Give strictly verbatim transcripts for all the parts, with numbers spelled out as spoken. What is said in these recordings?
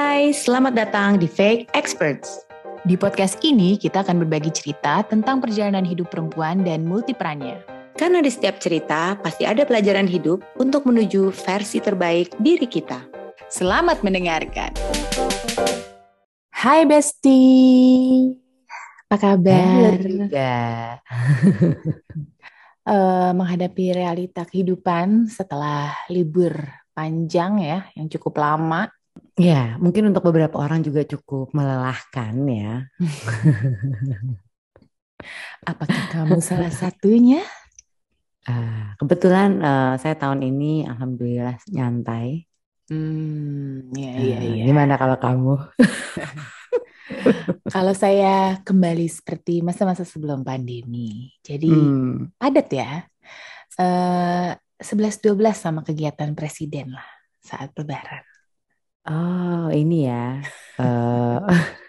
Hai, selamat datang di Fake Experts. Di podcast ini kita akan berbagi cerita tentang perjalanan hidup perempuan dan multiperannya. Karena di setiap cerita pasti ada pelajaran hidup untuk menuju versi terbaik diri kita. Selamat mendengarkan. Hai Besti, apa kabar? Halo juga. uh, menghadapi realita kehidupan setelah libur panjang ya, yang cukup lama. Ya, mungkin untuk beberapa orang juga cukup melelahkan ya. Apakah kamu salah satunya? Uh, kebetulan uh, saya tahun ini alhamdulillah nyantai. Hmm, ya, uh, ya, ya. Gimana kalau kamu? Kalau saya kembali seperti masa-masa sebelum pandemi, jadi hmm. padat ya, uh, sebelas dua belas sama kegiatan presiden lah saat lebaran. Oh ini ya, uh,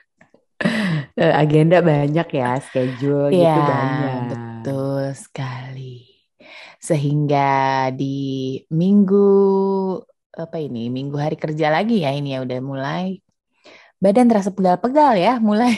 agenda banyak ya, schedule ya, gitu banyak. Betul sekali. Sehingga di minggu, apa ini, minggu hari kerja lagi ya ini ya udah mulai. Badan terasa pegal-pegal ya mulai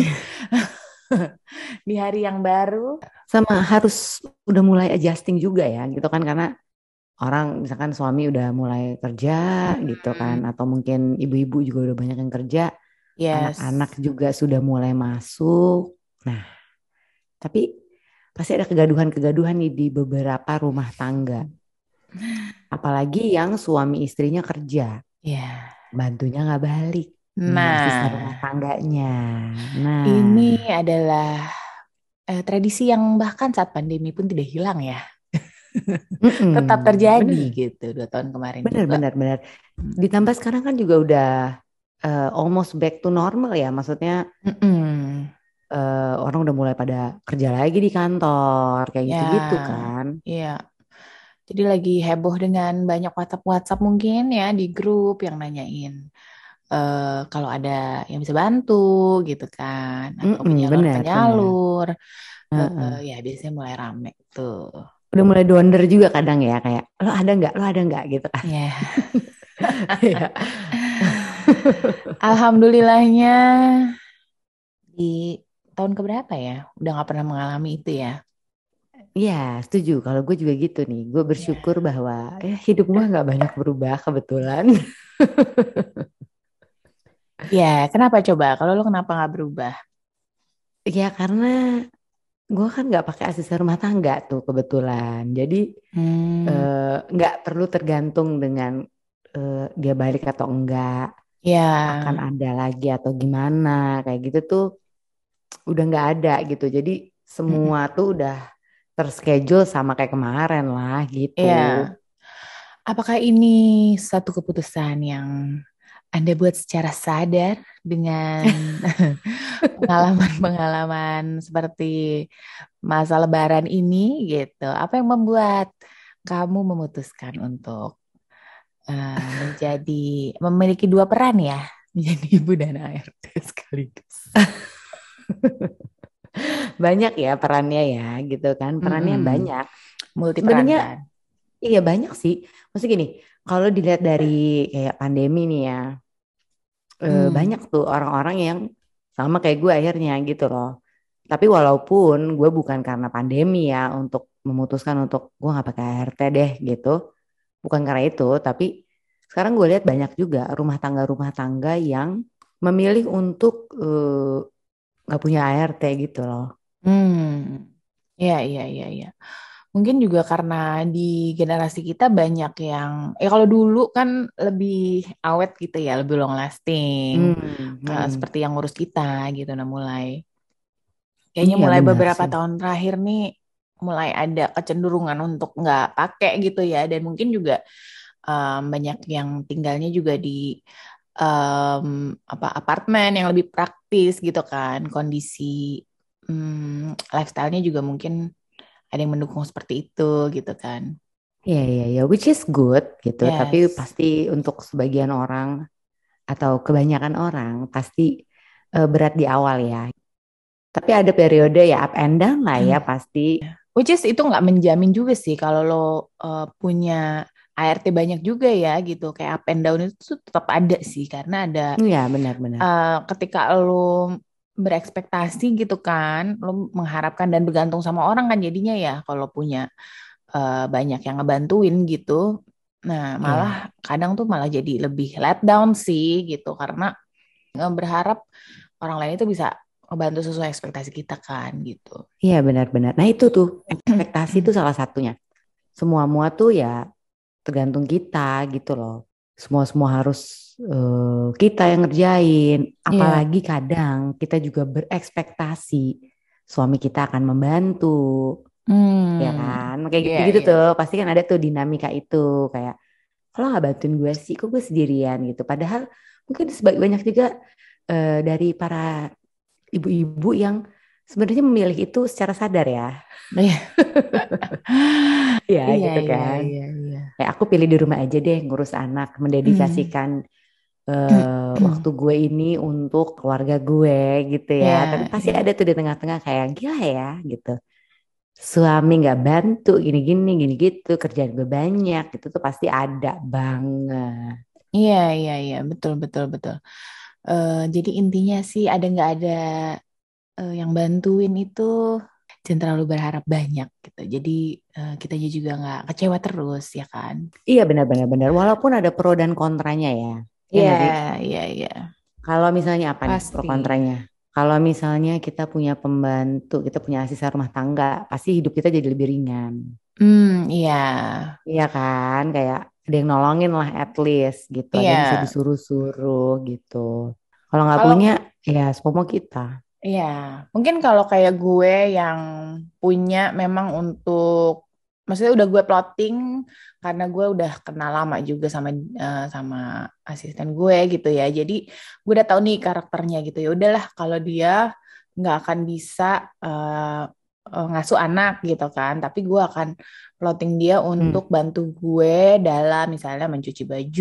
di hari yang baru. Sama harus udah mulai adjusting juga ya gitu kan, karena orang misalkan suami udah mulai kerja hmm. gitu kan, atau mungkin ibu-ibu juga udah banyak yang kerja, yes. Anak-anak juga sudah mulai masuk. Nah, tapi pasti ada kegaduhan-kegaduhan nih di beberapa rumah tangga. Apalagi yang suami istrinya kerja, yeah. bantunya nggak balik. Nah, asisten rumah tangganya. Nah, ini adalah eh, tradisi yang bahkan saat pandemi pun tidak hilang ya. Tetap terjadi bener. Gitu dua tahun kemarin bener, juga. Bener, bener, Ditambah sekarang kan juga udah uh, almost back to normal ya. Maksudnya uh, orang udah mulai pada kerja lagi di kantor kayak gitu-gitu ya, kan. Iya. Jadi lagi heboh dengan banyak WhatsApp-WhatsApp mungkin ya di grup yang nanyain uh, kalau ada yang bisa bantu gitu kan, atau penyalur-penyalur. Uh, ya biasanya mulai rame tuh. Udah mulai donder juga kadang ya, kayak lo ada nggak, lo ada nggak gitu kan. Yeah. Alhamdulillahnya di tahun keberapa ya udah nggak pernah mengalami itu ya. Iya, setuju. Kalau gue juga gitu nih. Gue bersyukur yeah. bahwa ya, hidup gue nggak banyak berubah kebetulan. Ya, kenapa coba? Kalau lo kenapa nggak berubah? Ya karena gue kan nggak pakai asisten rumah tangga tuh kebetulan. Jadi nggak hmm. uh, perlu tergantung dengan uh, dia balik atau enggak. Ya. Akan ada lagi atau gimana. Kayak gitu tuh udah nggak ada gitu. Jadi semua hmm. tuh udah terschedule sama kayak kemarin lah gitu. Ya. Apakah ini satu keputusan yang Anda buat secara sadar dengan pengalaman-pengalaman seperti masa lebaran ini gitu? Apa yang membuat kamu memutuskan untuk uh, menjadi memiliki dua peran ya, menjadi ibu dan A R T sekaligus? Banyak ya perannya ya gitu kan, perannya mm-hmm. banyak. Multi peran kan? Iya banyak sih. Maksudnya gini, kalau dilihat dari kayak pandemi nih ya, hmm. banyak tuh orang-orang yang sama kayak gue akhirnya gitu loh. Tapi walaupun gue bukan karena pandemi ya untuk memutuskan untuk gue nggak pakai A R T deh gitu, bukan karena itu. Tapi sekarang gue lihat banyak juga rumah tangga-rumah tangga yang memilih untuk nggak uh, punya A R T gitu loh. Hmm, ya, ya, ya, ya. Mungkin juga karena di generasi kita banyak yang, ya kalau dulu kan lebih awet gitu ya, lebih long lasting, hmm, hmm. seperti yang ngurus kita gitu. Nah mulai, kayaknya iya, mulai beberapa sih. tahun terakhir nih, mulai ada kecenderungan untuk nggak pakai gitu ya, dan mungkin juga um, banyak yang tinggalnya juga di um, apa apartemen yang lebih praktis gitu kan, kondisi um, lifestyle-nya juga mungkin ada yang mendukung seperti itu gitu kan. Iya, iya, iya, which is good gitu. Yes. Tapi pasti untuk sebagian orang atau kebanyakan orang pasti uh, berat di awal ya. Tapi ada periode ya up and down lah ya pasti. Which is itu nggak menjamin juga sih kalau lo uh, punya A R T banyak juga ya gitu, kayak up and down itu tuh tetap ada sih, karena ada Iya benar-benar. uh, ketika lu berekspektasi gitu kan, lu mengharapkan dan bergantung sama orang kan jadinya ya kalau punya uh, banyak yang ngebantuin gitu. Nah, Iya. malah kadang tuh malah jadi lebih let down sih gitu karena nggak berharap orang lain itu bisa ngebantu sesuai ekspektasi kita kan gitu. Iya benar-benar. Nah itu tuh ekspektasi itu salah satunya. Semua-mua tuh ya tergantung kita gitu loh. Semua-semua harus eh, kita yang ngerjain. Iya. Apalagi kadang kita juga berekspektasi suami kita akan membantu. Ya Hmm. kan? Kayak Iya, gitu-gitu iya. tuh. Pasti kan ada tuh dinamika itu. Kayak kalau nggak bantuin gue sih, kok gue sendirian gitu. Padahal mungkin sebagai banyak juga eh, dari para ibu-ibu yang sebenarnya memilih itu secara sadar ya. Iya. Iya Iya, gitu iya, kan. iya, iya. Kayak aku pilih di rumah aja deh ngurus anak, Hmm. mendedikasikan eh, waktu gue ini untuk keluarga gue gitu ya. Iya, Tapi pasti iya. ada tuh di tengah-tengah kayak gila ya gitu. Suami nggak bantu gini-gini gini gitu, kerjaan gue banyak gitu tuh pasti ada banget. Iya, iya, iya, betul, betul, betul. Eh, jadi intinya sih ada nggak ada eh, yang bantuin itu jangan terlalu berharap banyak gitu. Jadi eh, kita juga nggak kecewa terus ya kan? Iya benar-benar benar. Walaupun ada pro dan kontranya ya. Ya Iya, nggak sih? iya, iya. Kalau misalnya apa nih pro Pasti. kontranya? Kalau misalnya kita punya pembantu, kita punya asisten rumah tangga, pasti hidup kita jadi lebih ringan. Hmm, iya. Iya kan? Kayak ada yang nolongin lah at least gitu. Ada yang bisa Iya. disuruh-suruh gitu. Kalau nggak punya, Kalau ya semua kita. iya, mungkin kalau kayak gue yang punya memang untuk, maksudnya udah gue plotting karena gue udah kenal lama juga sama eh, sama asisten gue gitu ya. Jadi gue udah tahu nih karakternya gitu ya. Udahlah kalau dia nggak akan bisa eh, eh, ngasuh anak gitu kan, tapi gue akan plotting dia Hmm. untuk bantu gue dalam misalnya mencuci baju,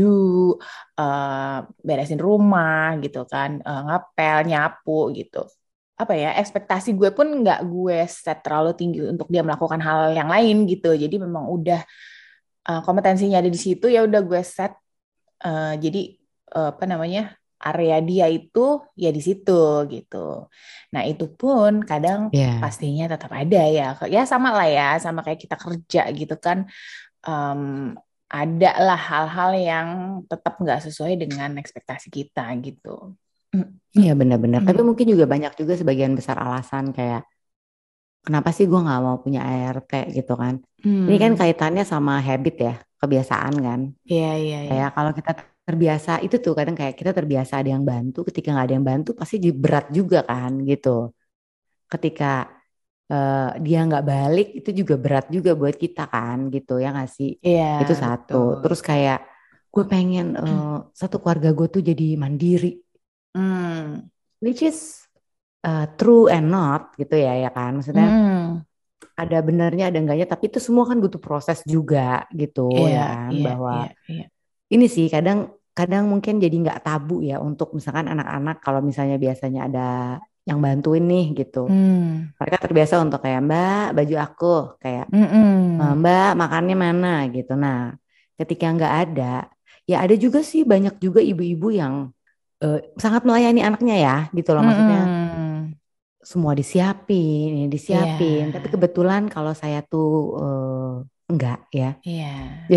eh, beresin rumah gitu kan, eh, ngepel, nyapu gitu apa ya ekspektasi gue pun nggak gue set terlalu tinggi untuk dia melakukan hal yang lain gitu jadi memang udah uh, kompetensinya ada di situ ya udah gue set uh, jadi uh, apa namanya area dia itu ya di situ gitu nah itu pun kadang Ya, pastinya tetap ada ya ya sama lah ya sama kayak kita kerja gitu kan um, ada lah hal-hal yang tetap nggak sesuai dengan ekspektasi kita gitu. iya benar-benar. Tapi mungkin juga banyak juga sebagian besar alasan kayak kenapa sih gue nggak mau punya A R T gitu kan? Ini kan Hmm, kaitannya sama habit ya, kebiasaan kan. iya iya iya. Kayak kalau kita terbiasa itu tuh kadang kayak kita terbiasa ada yang bantu, ketika nggak ada yang bantu pasti jadi berat juga kan gitu. Ketika eh, dia nggak balik itu juga berat juga buat kita kan gitu ya nggak sih? Iya, Itu satu. betul. Terus kayak gue pengen eh, satu keluarga gue tuh jadi mandiri, Hmm. which is eh, true and not gitu ya ya kan? Maksudnya Hmm. ada benernya ada enggaknya, tapi itu semua kan butuh proses juga gitu Iya, ya kan? iya, iya, Bahwa iya. ini sih kadang kadang mungkin jadi nggak tabu ya untuk misalkan anak-anak kalau misalnya biasanya ada yang bantuin nih gitu. Hmm. Mereka terbiasa untuk kayak Mbak baju aku kayak "Eh, Mm-mm. Mbak makannya mana gitu. Nah ketika nggak ada ya ada juga sih banyak juga ibu-ibu yang eh, sangat melayani anaknya ya gitu loh maksudnya Mm-mm. semua disiapin, ini Iya, disiapin. Tapi kebetulan kalau saya tuh eh, enggak ya. iya.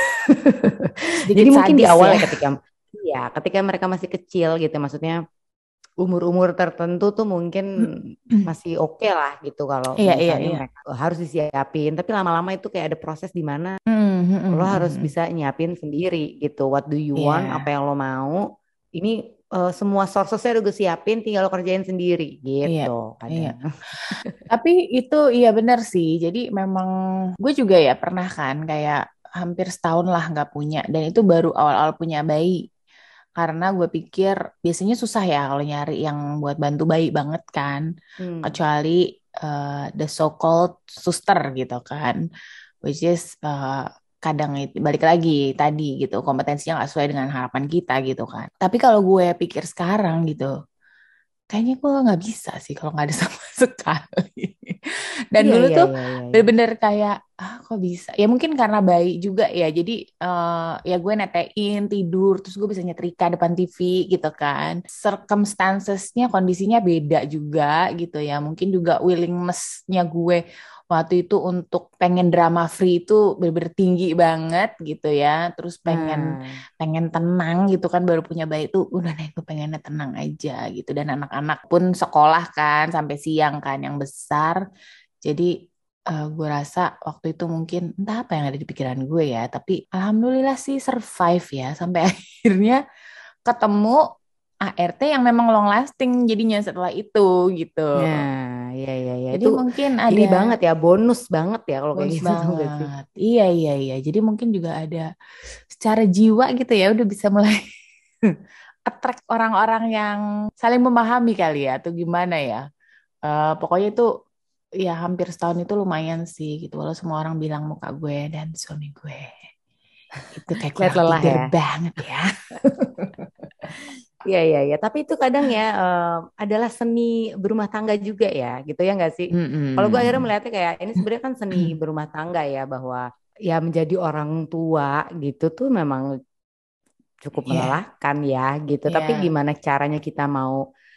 Jadi Sedikit mungkin di sadis awal ya. ya ketika ya ketika mereka masih kecil gitu maksudnya umur-umur tertentu tuh mungkin masih oke lah gitu kalau Iya, iya, misalnya iya. mereka harus disiapin tapi lama-lama itu kayak ada proses di mana Mm, mm, lo mm, harus mm. bisa nyiapin sendiri gitu what do you want apa Iya, yang lo mau ini eh, semua sourcesnya udah gue siapin tinggal lo kerjain sendiri iya, gitu iya. kadang. Tapi itu iya benar sih. Jadi memang gue juga ya pernah kan kayak hampir setahun lah nggak punya. Dan itu baru awal-awal punya bayi. Karena gue pikir biasanya susah ya kalau nyari yang buat bantu bayi banget kan. Hmm. Kecuali eh, the so-called suster gitu kan. Which is eh, kadang itu balik lagi tadi gitu kompetensinya nggak sesuai dengan harapan kita gitu kan. Tapi kalau gue pikir sekarang gitu, kayaknya gue nggak bisa sih kalau nggak ada sama sekali. Dan Iya, dulu iya, tuh iya, iya, iya. bener-bener kayak ah kok bisa? Ya mungkin karena bayi juga ya. Jadi eh, ya gue netein tidur, terus gue bisa nyetrika depan T V gitu kan. Circumstancesnya, kondisinya beda juga gitu ya. Mungkin juga willingness-nya gue waktu itu untuk pengen drama free itu bener-bener tinggi banget gitu ya. Terus pengen Nah, pengen tenang gitu kan, baru punya bayi itu udah deh gue pengennya tenang aja gitu. Dan anak-anak pun sekolah kan sampai siang kan yang besar. Jadi eh, gue rasa waktu itu mungkin entah apa yang ada di pikiran gue ya, tapi alhamdulillah sih survive ya sampai akhirnya ketemu A R T yang memang long lasting jadinya setelah itu gitu. nah, ya ya ya Jadi itu mungkin ini ada banget ya, bonus banget ya kalau kayak bonus gitu tau gak sih? banget. Iya iya iya. Jadi mungkin juga ada secara jiwa gitu ya udah bisa mulai attract orang-orang yang saling memahami kali ya atau gimana ya. Eh, pokoknya itu ya hampir setahun itu lumayan sih gitu. Walau semua orang bilang muka gue dan suami gue itu kayak Lihat kurang lelah tidur ya. banget ya. Iya iya ya, tapi itu kadang ya eh, adalah seni berumah tangga juga ya, gitu ya nggak sih? Kalau gue akhirnya Mm-mm. melihatnya kayak ini sebenarnya kan seni berumah tangga ya, bahwa ya menjadi orang tua gitu tuh memang cukup Iya, melelahkan ya gitu. Tapi iya, gimana caranya kita mau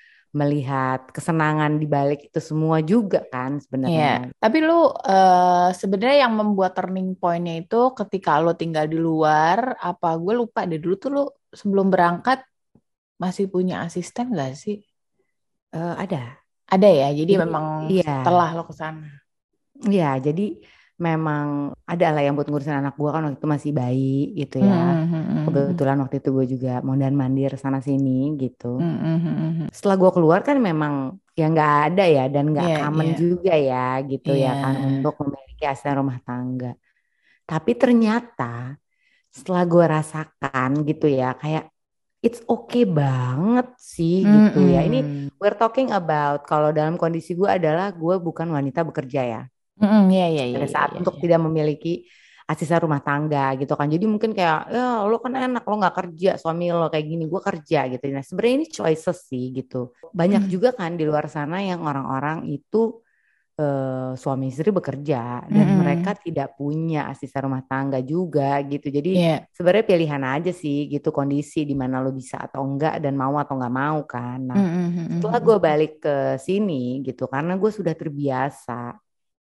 melihat kesenangan di balik itu semua juga kan iya. sebenarnya. Tapi lu eh, sebenarnya yang membuat turning point-nya itu ketika lu tinggal di luar, apa gue lupa deh dulu tuh lu sebelum berangkat masih punya asisten gak sih? Eh, ada. Ada ya, jadi Jadi memang iya, setelah lo ke sana. iya. Jadi memang ada lah yang buat ngurusin anak gua kan waktu itu masih bayi gitu ya. Mm-mm. Kebetulan waktu itu gue juga mondar mandir sana sini gitu. Mm-mm. Setelah gue keluar kan memang ya nggak ada ya dan nggak Iya, common iya, juga ya gitu ya iya. kan untuk memiliki asisten rumah tangga. Tapi ternyata setelah gue rasakan gitu ya kayak it's okay banget sih gitu ya. Ini Mm-mm. we're talking about kalau dalam kondisi gue adalah gue bukan wanita bekerja ya. Mm-mm. Iya, iya, iya, Pada iya, saat iya, untuk iya. tidak memiliki asisten rumah tangga gitu kan. Jadi mungkin kayak ya lo kan enak lo nggak kerja suami lo kayak gini gue kerja gitu. Nah sebenarnya ini choices sih gitu. Banyak juga kan di luar sana yang orang-orang itu eh, suami istri bekerja dan mereka Mm-mm. tidak punya asisten rumah tangga juga gitu. Jadi Iya. sebenarnya pilihan aja sih gitu kondisi di mana lo bisa atau enggak dan mau atau nggak mau kan. Nah setelah gue Mm-mm. balik ke sini gitu karena gue sudah terbiasa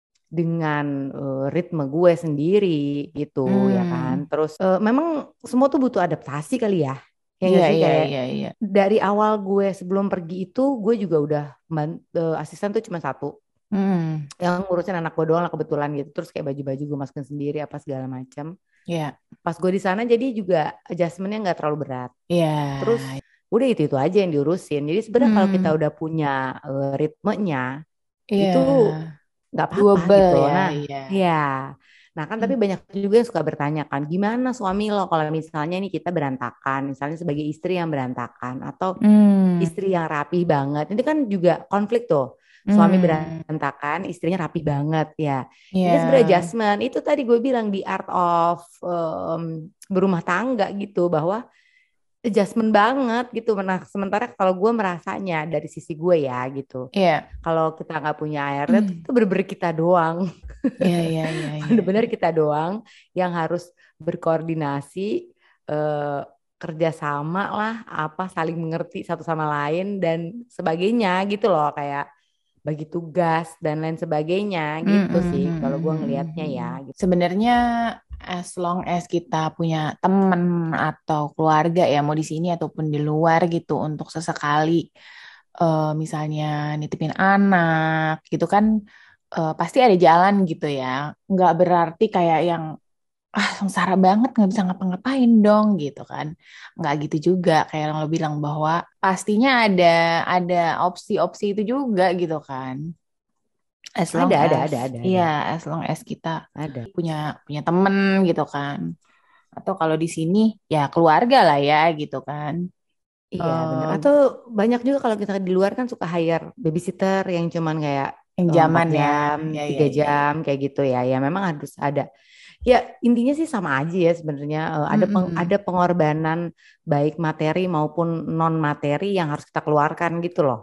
dengan eh, ritme gue sendiri gitu ya kan. Mm. Terus eh, memang semua tuh butuh adaptasi kali ya. Ya Iya, nggak sih iya, kayak iya, iya. dari awal gue sebelum pergi itu gue juga udah ban- eh, asisten tuh cuma satu Mm. yang ngurusin anak gue doang lah kebetulan gitu. Terus kayak baju-baju gue masukin sendiri apa segala macam. Iya, Pas gue di sana jadi juga adjustmentnya nggak terlalu berat. Terus iya. udah itu itu aja yang diurusin. Jadi sebenarnya kalau kita Mm. udah punya eh, ritmenya itu Iya. nggak apa-apa gitu Doable loh. ya, Nah, iya. ya. Nah, kan tapi banyak juga yang suka bertanya kan, gimana suami lo kalau misalnya nih kita berantakan, misalnya sebagai istri yang berantakan atau Mm. istri yang rapih banget. Ini kan juga konflik tuh. Suami Mm. berantakan, istrinya rapih banget ya. Ini Iya. kan sebenarnya adjustment. Itu tadi gue bilang di art of em, berumah tangga gitu bahwa adjustment banget gitu. Nah, sementara kalau gue merasanya dari sisi gue ya gitu. Iya. Kalau kita nggak punya A R T Mm. itu bener-bener kita doang. Iya, iya, iya, iya, Bener-bener iya. kita doang yang harus berkoordinasi eh, kerjasama lah, apa saling mengerti satu sama lain dan sebagainya gitu loh kayak bagi tugas dan lain sebagainya Mm, gitu mm, sih mm, kalau mm, gue mm, mm, ngelihatnya ya mm. gitu. Sebenarnya as long as kita punya teman atau keluarga ya mau di sini ataupun di luar gitu untuk sesekali eh, misalnya nitipin anak gitu kan eh, pasti ada jalan gitu ya. Nggak berarti kayak yang ah sengsara banget nggak bisa ngapa-ngapain dong gitu kan. Nggak gitu juga kayak yang lo bilang bahwa pastinya ada ada opsi-opsi itu juga gitu kan. As long Ada ada as ada ada iya ada as long as kita ada. punya punya temen gitu kan. Atau kalau di sini ya keluarga lah ya gitu kan. Iya benar. Eh, Atau banyak juga kalau kita di luar kan suka hire babysitter yang cuman kayak yang eh, empat zaman ya. jam, Ya ya tiga ya ya. jam kayak gitu ya. Ya memang harus ada. Ya intinya sih sama aja ya sebenarnya. Eh, ada peng- Mm-mm. ada pengorbanan baik materi maupun non materi yang harus kita keluarkan gitu loh.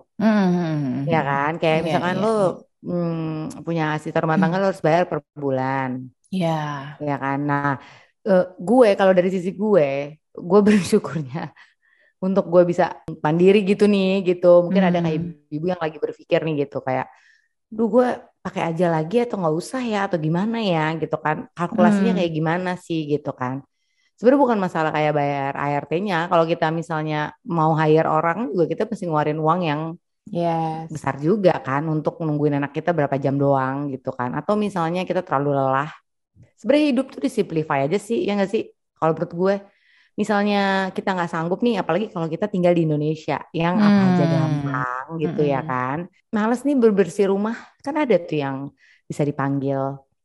Ya Mm-mm. kan? Kayak Iya misalkan iya lo iya. mm, punya asisten rumah tangga lo harus bayar per bulan. Ya. ya kan. Nah, eh, gue kalau dari sisi gue, gue bersyukurnya untuk gue bisa mandiri gitu nih gitu. Mungkin ada kayak Hmm. ibu yang lagi berpikir nih gitu kayak, duh gue pakai aja lagi atau nggak usah ya atau gimana ya gitu kan. Kalkulasinya kayak Hmm. gimana sih gitu kan. Sebenarnya bukan masalah kayak bayar A R T-nya. Kalau kita misalnya mau hire orang juga kita mesti ngeluarin uang yang Yes. besar juga kan untuk nungguin anak kita berapa jam doang gitu kan. Atau misalnya kita terlalu lelah. Sebenarnya hidup tuh disimplify aja sih, ya nggak sih? Kalau menurut gue, misalnya kita nggak sanggup nih, apalagi kalau kita tinggal di Indonesia, yang apa aja Hmm. gampang gitu ya Mm-mm. kan. Males nih berbersih rumah, kan ada tuh yang bisa dipanggil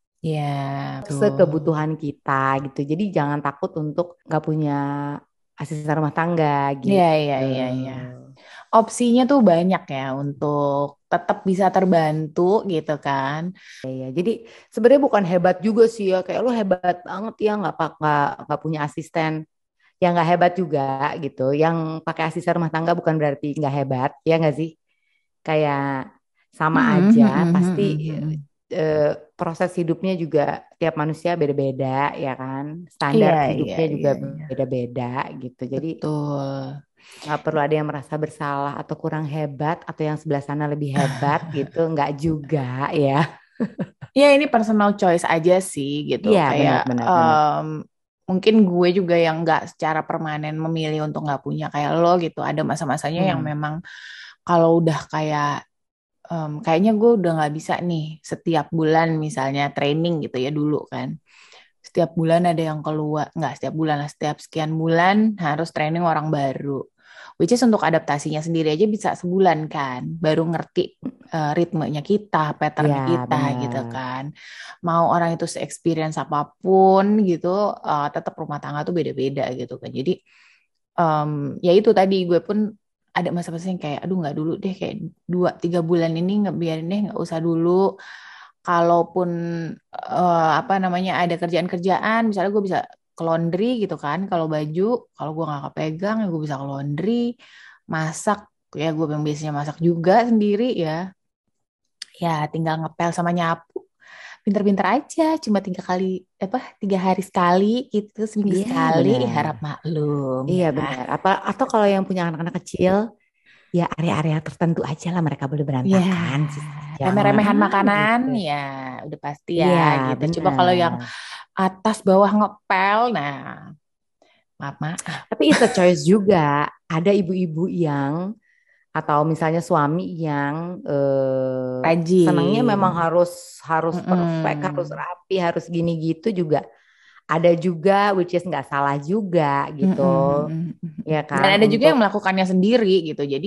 Ya, tuh. sekebutuhan kita gitu. Jadi jangan takut untuk nggak punya asisten rumah tangga Iya, iya, gitu. iya, iya. Opsinya tuh banyak ya untuk tetap bisa terbantu gitu kan. Ya, jadi sebenarnya bukan hebat juga sih ya, kayak lo hebat banget ya nggak pak nggak nggak punya asisten. Yang nggak hebat juga gitu. Yang pakai asisten rumah tangga bukan berarti nggak hebat, ya nggak sih? Kayak sama Mm-mm, aja, mm-mm, pasti mm-mm, mm-mm. eh, proses hidupnya juga tiap manusia beda-beda, ya kan? Standar Iya, iya, hidupnya juga iya, iya. beda-beda gitu. Jadi Betul. nggak perlu ada yang merasa bersalah atau kurang hebat atau yang sebelah sana lebih hebat gitu, nggak juga ya. Ya ini personal choice aja sih gitu. Iya, Kayak benar, benar, benar. em, mungkin gue juga yang nggak secara permanen memilih untuk nggak punya kayak lo gitu. Ada masa-masanya yang Hmm. memang kalau udah kayak em, kayaknya gue udah nggak bisa nih setiap bulan misalnya training gitu ya dulu kan. Setiap bulan ada yang keluar, nggak setiap bulan lah, setiap sekian bulan harus training orang baru. Which is untuk adaptasinya sendiri aja bisa sebulan kan, baru ngerti eh, ritmenya kita, Iya, patternnya kita gitu benar. kan. Mau orang itu se-experience apapun gitu, eh, tetap rumah tangga tuh beda-beda gitu kan. Jadi em, ya itu tadi gue pun ada masa-masa yang kayak, aduh nggak dulu deh, kayak dua tiga bulan ini nggak biarin deh, nggak usah dulu. Kalaupun eh, apa namanya ada kerjaan-kerjaan, misalnya gue bisa ke laundry gitu kan, kalau baju, kalau gue nggak kepegang ya gue bisa ke laundry, masak ya gue yang biasanya masak juga sendiri ya, ya tinggal ngepel sama nyapu, pinter-pinter aja, cuma tiga kali apa tiga hari sekali gitu, seminggu Iya, sekali, benar. harap maklum Iya ya. benar. Apa atau kalau yang punya anak-anak kecil, ya area-area tertentu aja lah mereka boleh Ya, berantakan, sisa jangan remeh-remehan ah makanan gitu. ya udah pasti ya Iya gitu. Coba kalau yang benar. atas bawah ngepel, nah maaf maaf. Tapi it's a choice juga. Ada ibu-ibu yang atau misalnya suami yang eh, senangnya memang Rajin. harus harus perfect, harus Mm-mm. rapi, harus gini gitu juga. Ada juga which is nggak salah juga gitu, Mm-mm, mm-mm, mm-mm. ya Dan kan ada juga untuk yang melakukannya sendiri gitu. Jadi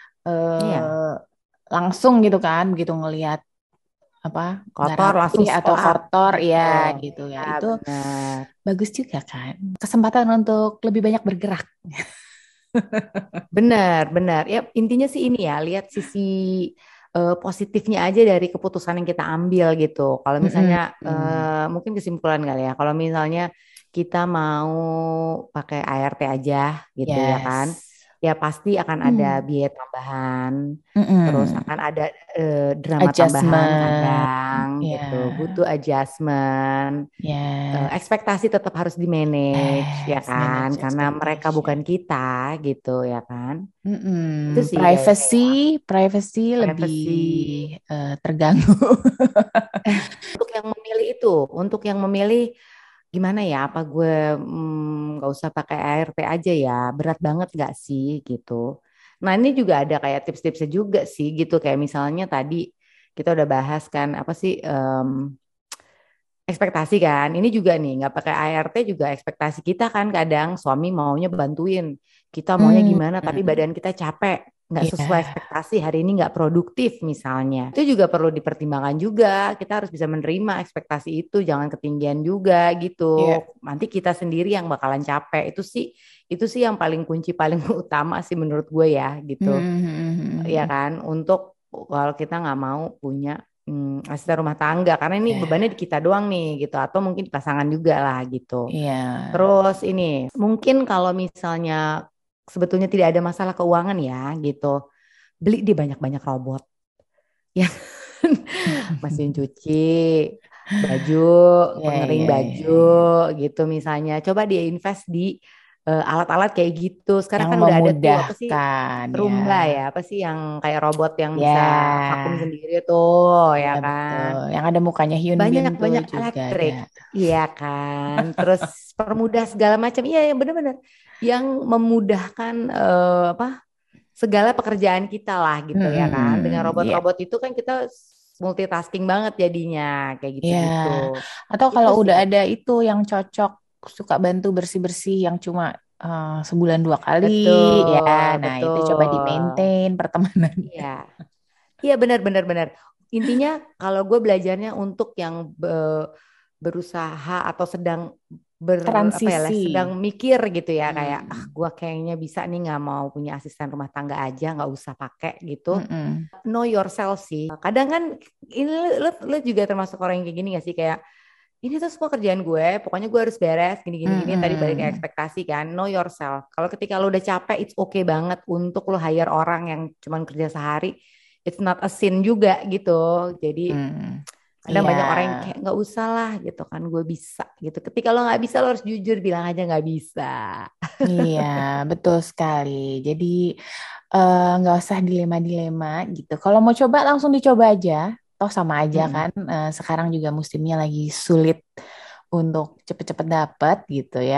ya eh, langsung gitu kan, begitu ngelihat apa nggak kotor rapi langsung atau swab kotor gitu. ya gitu ya. Ya Itu benar. bagus juga kan. Kesempatan untuk lebih banyak bergerak. Benar, benar. Ya, intinya sih ini ya, lihat sisi eh, positifnya aja dari keputusan yang kita ambil gitu. Kalau misalnya Mm-mm. eh, mungkin kesimpulan kali ya, kalau misalnya kita mau pakai A R T aja gitu ya kan, Yes. ya pasti akan ada Hmm. biaya tambahan, terus Mm-mm. akan ada eh, drama tambahan Adjustment. kadang gitu, butuh Ya. adjustment. Eh, Yes. ekspektasi tetap harus di manage ya Yes. kan, Manage karena mereka bukan expectation. kita gitu ya kan. Itu Mm-mm. sih kayaknya Privacy, ya, privacy lebih privacy. eh, terganggu. Untuk yang memilih itu, untuk yang memilih gimana ya, apa gue mm, nggak usah pakai A R T aja ya, berat banget nggak sih gitu. Nah ini juga ada kayak tips-tipsnya juga sih gitu, kayak misalnya tadi kita udah bahas kan apa sih em, ekspektasi kan. Ini juga nih nggak pakai A R T juga ekspektasi kita kan kadang suami maunya bantuin, kita maunya Hmm. gimana tapi badan kita capek, nggak sesuai Iya, ekspektasi hari ini nggak produktif misalnya. Itu juga perlu dipertimbangkan juga. Kita harus bisa menerima ekspektasi itu, jangan ketinggian juga gitu. iya. Nanti kita sendiri yang bakalan capek. Itu sih itu sih yang paling kunci paling utama sih menurut gue ya gitu. Ya Hmm. kan untuk kalau kita nggak mau punya hmm, asisten rumah tangga karena ini bebannya Ya, di kita doang nih gitu atau mungkin di pasangan juga lah gitu. iya. Terus ini mungkin kalau misalnya sebetulnya tidak ada masalah keuangan ya gitu, beli di banyak-banyak robot ya mesin cuci, baju, Iya, pengering iya, iya, baju iya. gitu misalnya. Coba dia invest di eh, alat-alat kayak gitu. Sekarang Yang kan udah ada tuh apa sih memudahkan ya. Roomba ya, apa sih yang kayak robot yang bisa Ya, vakum sendiri tuh iya ya betul. kan. Yang ada mukanya Hyun Bin Banyak tuh banyak juga ada. elektrik. Iya kan. Terus permudah segala macam. Iya yang benar-benar yang memudahkan eh, apa segala pekerjaan kita lah gitu ya kan. Dengan Mm-mm, iya. robot-robot itu kan kita multitasking banget jadinya kayak Ya, gitu-gitu. atau Itu kalau sih. udah ada itu yang cocok suka bantu bersih-bersih yang cuma eh, sebulan dua kali, ya. Betul, Nah, itu coba di betul. maintain pertemanannya. Iya. Iya benar-benar benar. Intinya kalau gue belajarnya untuk yang be- berusaha atau sedang ber apa ya lah, Transisi. sedang mikir gitu ya kayak ah Hmm. gue kayaknya bisa nih nggak mau punya asisten rumah tangga aja nggak usah pakai gitu. Mm-mm. Know yourself sih. Kadang kan ini lo, lo juga termasuk orang yang kayak gini gak sih kayak ini tuh semua kerjaan gue, pokoknya gue harus beres gini-gini gini tadi balik ke Mm-mm. ekspektasi kan, know yourself. Kalau ketika lo udah capek, it's okay banget untuk lo hire orang yang cuman kerja sehari, it's not a sin juga gitu. Jadi Hmm. kadang Iya, banyak orang yang kayak nggak usah lah gitu kan, gue bisa gitu. Ketika lo nggak bisa, lo harus jujur bilang aja nggak bisa. iya, betul sekali. Jadi eh, nggak usah dilema-dilema gitu. Kalau mau coba langsung dicoba aja. Toh sama aja Mm-mm. kan. Eh, sekarang juga musimnya lagi sulit untuk cepet-cepet dapet gitu ya.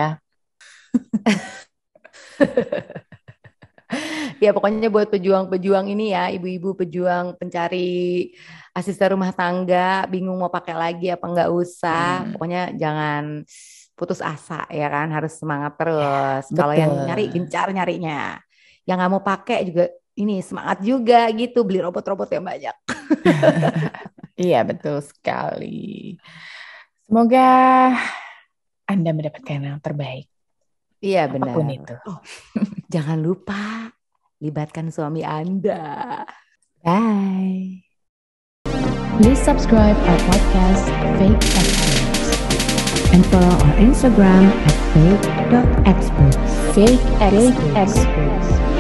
Ya pokoknya buat pejuang-pejuang ini ya, ibu-ibu pejuang pencari asisten rumah tangga, bingung mau pakai lagi apa nggak usah. Hmm, Pokoknya jangan putus asa ya kan, harus semangat ya, terus. Kalau yang nyari betul. gencar nyarinya, yang nggak mau pakai juga ini semangat juga gitu, beli robot-robot yang banyak. Iya, betul sekali. Semoga Anda mendapatkan yang terbaik, Iya apapun benar. itu. Oh, jangan lupa libatkan suami Anda. Bye. Please subscribe our podcast, Fake Experts, and follow our Instagram at fake dot experts. Fake Experts.